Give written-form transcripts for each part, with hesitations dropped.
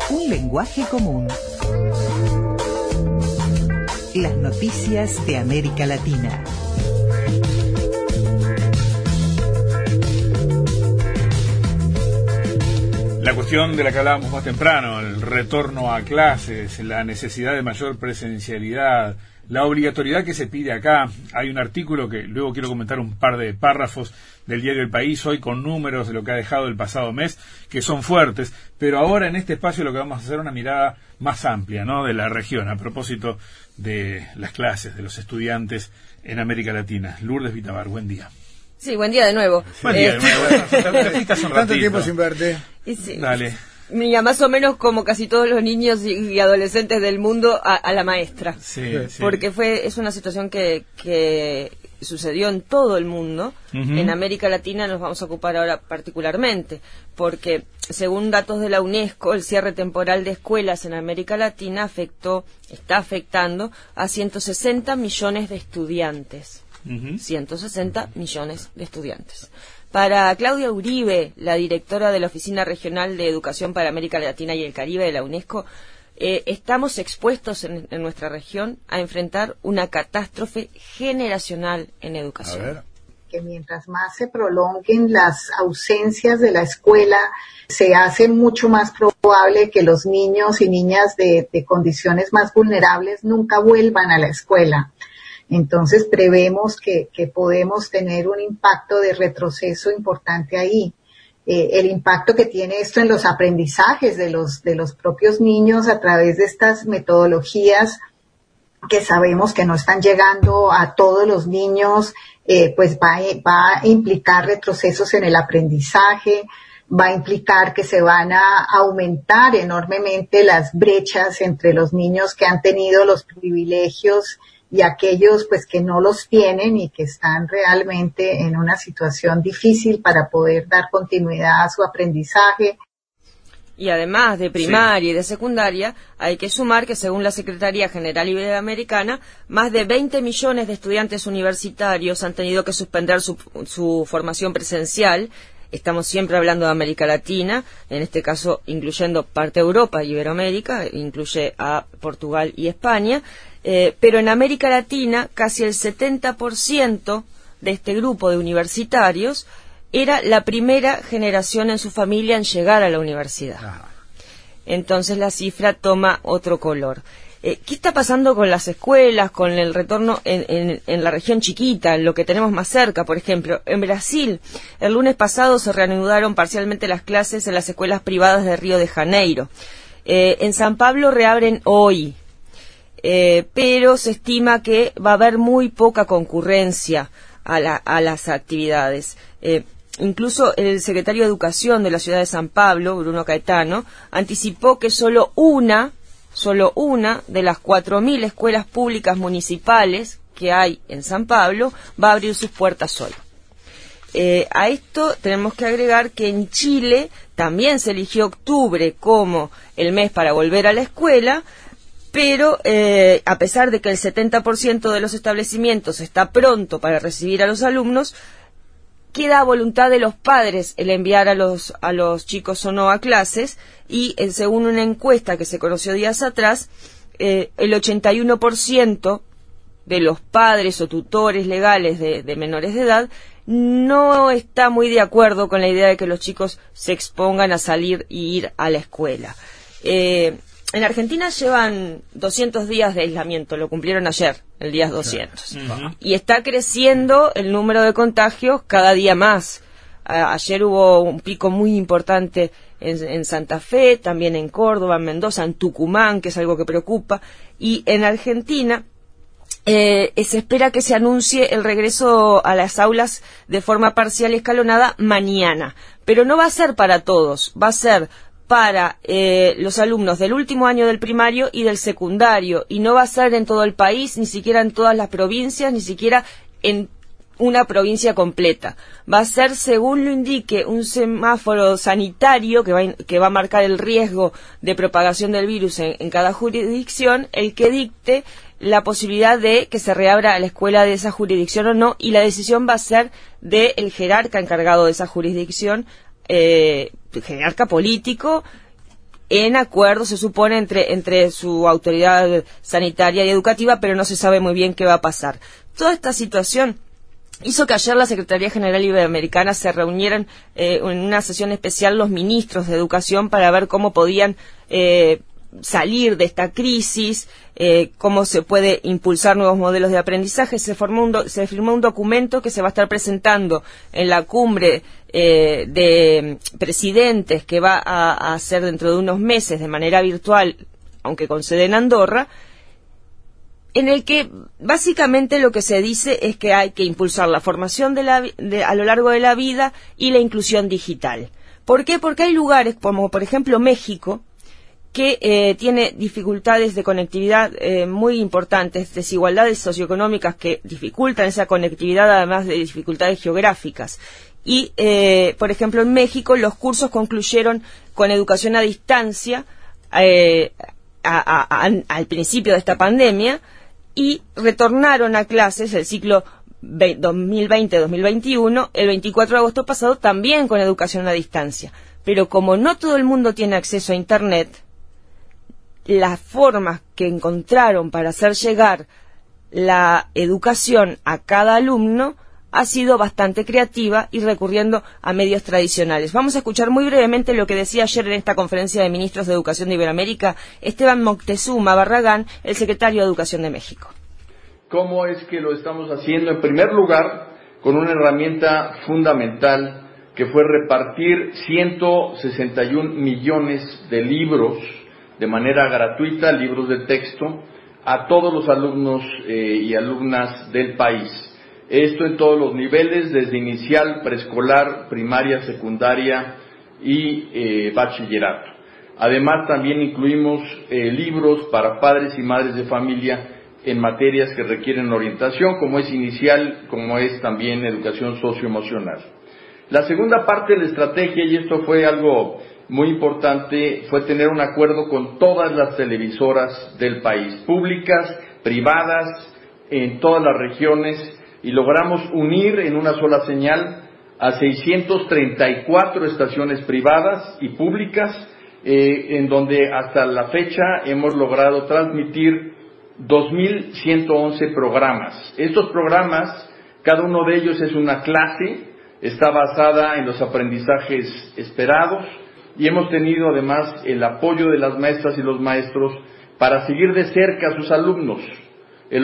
Un lenguaje común. Las noticias de América Latina. La cuestión de la que hablábamos más temprano, el retorno a clases, la necesidad de mayor presencialidad, la obligatoriedad que se pide acá. Hay un artículo que luego quiero comentar un par de párrafos del diario El País hoy con números de lo que ha dejado el pasado mes, que son fuertes, pero ahora en este espacio lo que vamos a hacer es una mirada más amplia, ¿no?, de la región, a propósito de las clases, de los estudiantes en América Latina. Lourdes Vitabar, buen día. Sí, buen día de nuevo. Buen día de nuevo. Tanto tiempo sin verte. Sí. Dale. Mira, más o menos como casi todos los niños y adolescentes del mundo a la maestra. Sí. Porque es una situación que sucedió en todo el mundo. Uh-huh. En América Latina nos vamos a ocupar ahora particularmente, porque según datos de la UNESCO, el cierre temporal de escuelas en América Latina está afectando a 160 millones de estudiantes. Uh-huh. 160 millones de estudiantes. Para Claudia Uribe, la directora de la Oficina Regional de Educación para América Latina y el Caribe de la UNESCO, estamos expuestos en nuestra región a enfrentar una catástrofe generacional en educación. A ver. Que mientras más se prolonguen las ausencias de la escuela, se hace mucho más probable que los niños y niñas de condiciones más vulnerables nunca vuelvan a la escuela. Entonces prevemos que podemos tener un impacto de retroceso importante ahí. El impacto que tiene esto en los aprendizajes de los propios niños a través de estas metodologías que sabemos que no están llegando a todos los niños, pues va a implicar retrocesos en el aprendizaje, va a implicar que se van a aumentar enormemente las brechas entre los niños que han tenido los privilegios y aquellos pues que no los tienen y que están realmente en una situación difícil para poder dar continuidad a su aprendizaje. Y además de primaria y de secundaria, hay que sumar que según la Secretaría General Iberoamericana, más de 20 millones de estudiantes universitarios han tenido que suspender su formación presencial. Estamos siempre hablando de América Latina, en este caso incluyendo parte de Europa y Iberoamérica, incluye a Portugal y España, pero en América Latina casi el 70% de este grupo de universitarios era la primera generación en su familia en llegar a la universidad. Entonces la cifra toma otro color. ¿Qué está pasando con las escuelas, con el retorno en la región chiquita, en lo que tenemos más cerca? Por ejemplo, en Brasil, el lunes pasado se reanudaron parcialmente las clases en las escuelas privadas de Río de Janeiro. En San Pablo reabren hoy, pero se estima que va a haber muy poca concurrencia a las actividades. Incluso el secretario de Educación de la ciudad de San Pablo, Bruno Caetano, anticipó que solo una de las 4.000 escuelas públicas municipales que hay en San Pablo va a abrir sus puertas hoy. A esto tenemos que agregar que en Chile también se eligió octubre como el mes para volver a la escuela, pero a pesar de que el 70% de los establecimientos está pronto para recibir a los alumnos, queda a voluntad de los padres el enviar a los chicos o no a clases, y según una encuesta que se conoció días atrás, el 81% de los padres o tutores legales de menores de edad no está muy de acuerdo con la idea de que los chicos se expongan a salir y ir a la escuela. En Argentina llevan 200 días de aislamiento, lo cumplieron ayer, el día 200. Uh-huh. Y está creciendo el número de contagios cada día más. Ayer hubo un pico muy importante en Santa Fe, también en Córdoba, en Mendoza, en Tucumán, que es algo que preocupa. Y en Argentina se espera que se anuncie el regreso a las aulas de forma parcial y escalonada mañana. Pero no va a ser para todos, va a ser para los alumnos del último año del primario y del secundario, y no va a ser en todo el país, ni siquiera en todas las provincias, ni siquiera en una provincia completa. Va a ser, según lo indique, un semáforo sanitario que va a marcar el riesgo de propagación del virus en cada jurisdicción, el que dicte la posibilidad de que se reabra la escuela de esa jurisdicción o no, y la decisión va a ser del jerarca encargado de esa jurisdicción, jerarca político, en acuerdo, se supone, entre su autoridad sanitaria y educativa, pero no se sabe muy bien qué va a pasar. Toda esta situación hizo que ayer la Secretaría General Iberoamericana se reunieran en una sesión especial los ministros de Educación para ver cómo podían salir de esta crisis, cómo se puede impulsar nuevos modelos de aprendizaje. Se firmó un documento que se va a estar presentando en la cumbre de presidentes que va a hacer dentro de unos meses de manera virtual, aunque con sede en Andorra, en el que básicamente lo que se dice es que hay que impulsar la formación a lo largo de la vida y la inclusión digital. ¿Por qué? Porque hay lugares como por ejemplo México, que tiene dificultades de conectividad muy importantes, desigualdades socioeconómicas que dificultan esa conectividad, además de dificultades geográficas. Y, por ejemplo, en México los cursos concluyeron con educación a distancia al principio de esta pandemia y retornaron a clases el ciclo 2020-2021 el 24 de agosto pasado también con educación a distancia. Pero como no todo el mundo tiene acceso a Internet, las formas que encontraron para hacer llegar la educación a cada alumno ha sido bastante creativa y recurriendo a medios tradicionales. Vamos a escuchar muy brevemente lo que decía ayer en esta conferencia de ministros de Educación de Iberoamérica Esteban Moctezuma Barragán, el secretario de Educación de México. ¿Cómo es que lo estamos haciendo? En primer lugar, con una herramienta fundamental que fue repartir 161 millones de libros de manera gratuita, libros de texto, a todos los alumnos y alumnas del país. Esto en todos los niveles, desde inicial, preescolar, primaria, secundaria y bachillerato. Además, también incluimos libros para padres y madres de familia en materias que requieren orientación, como es inicial, como es también educación socioemocional. La segunda parte de la estrategia, y esto fue algo muy importante, fue tener un acuerdo con todas las televisoras del país, públicas, privadas, en todas las regiones, y logramos unir en una sola señal a 634 estaciones privadas y públicas, en donde hasta la fecha hemos logrado transmitir 2.111 programas. Estos programas, cada uno de ellos es una clase, está basada en los aprendizajes esperados, y hemos tenido además el apoyo de las maestras y los maestros para seguir de cerca a sus alumnos. El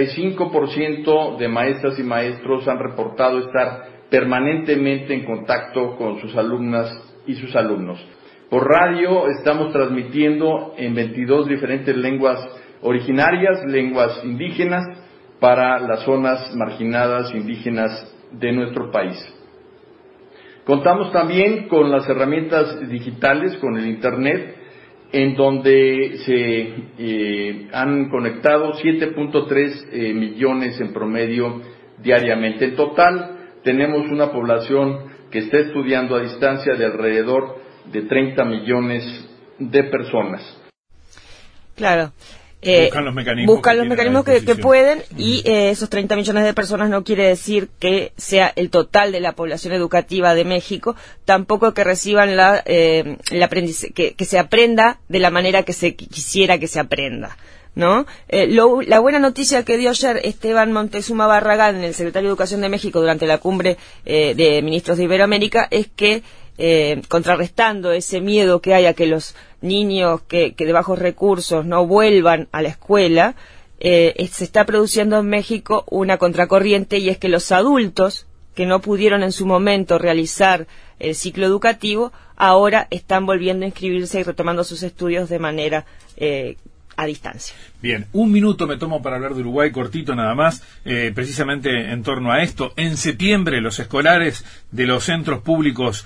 85% de maestras y maestros han reportado estar permanentemente en contacto con sus alumnas y sus alumnos. Por radio estamos transmitiendo en 22 diferentes lenguas originarias, lenguas indígenas, para las zonas marginadas indígenas de nuestro país. Contamos también con las herramientas digitales, con el Internet, en donde se han conectado 7.3 millones en promedio diariamente. En total, tenemos una población que está estudiando a distancia de alrededor de 30 millones de personas. Claro. Buscan los mecanismos que pueden, y esos 30 millones de personas no quiere decir que sea el total de la población educativa de México, tampoco que reciban el aprendizaje, que se aprenda de la manera que se quisiera que se aprenda, ¿no? La buena noticia que dio ayer Esteban Moctezuma Barragán, el secretario de Educación de México, durante la cumbre de ministros de Iberoamérica, es que contrarrestando ese miedo que hay a que los niños que de bajos recursos no vuelvan a la escuela, se está produciendo en México una contracorriente, y es que los adultos que no pudieron en su momento realizar el ciclo educativo ahora están volviendo a inscribirse y retomando sus estudios de manera a distancia. Bien, un minuto me tomo para hablar de Uruguay, cortito nada más, precisamente en torno a esto. En septiembre los escolares de los centros públicos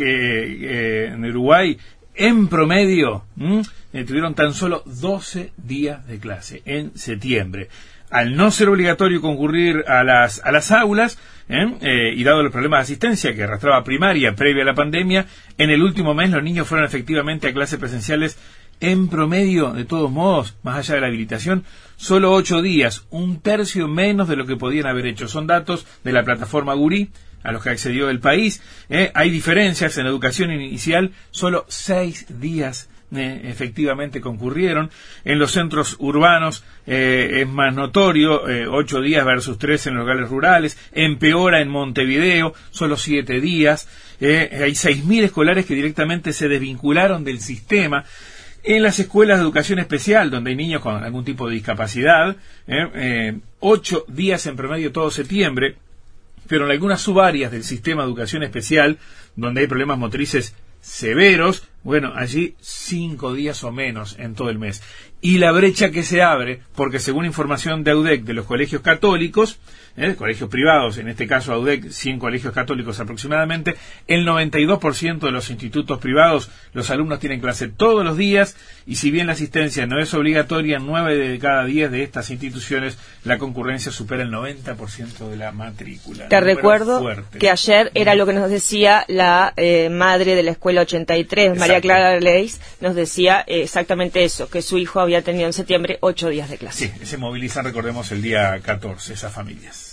en Uruguay, en promedio, tuvieron tan solo 12 días de clase en septiembre. Al no ser obligatorio concurrir a las aulas, y dado los problemas de asistencia que arrastraba primaria previa a la pandemia, en el último mes los niños fueron efectivamente a clases presenciales en promedio, de todos modos, más allá de la habilitación, solo 8 días, un tercio menos de lo que podían haber hecho. Son datos de la plataforma Gurí, a los que accedió el país. Hay diferencias en educación inicial, solo 6 días efectivamente concurrieron. En los centros urbanos es más notorio, 8 días versus 3 en los locales rurales. Empeora en Montevideo, solo 7 días. Hay 6.000 escolares que directamente se desvincularon del sistema. En las escuelas de educación especial, donde hay niños con algún tipo de discapacidad, 8 días en promedio todo septiembre, pero en algunas subáreas del sistema de educación especial, donde hay problemas motrices severos, bueno, allí 5 días o menos en todo el mes. Y la brecha que se abre, porque según información de AUDEC de los colegios católicos, colegios privados, en este caso AUDEC, 100 colegios católicos aproximadamente, el 92% de los institutos privados, los alumnos tienen clase todos los días, y si bien la asistencia no es obligatoria, en 9 de cada 10 de estas instituciones, la concurrencia supera el 90% de la matrícula. Te recuerdo que ayer era lo que nos decía la madre de la escuela 83, María Clara Leis, nos decía exactamente eso, que su hijo había tenido en septiembre 8 días de clase. Sí, se movilizan, recordemos, el día 14 esas familias.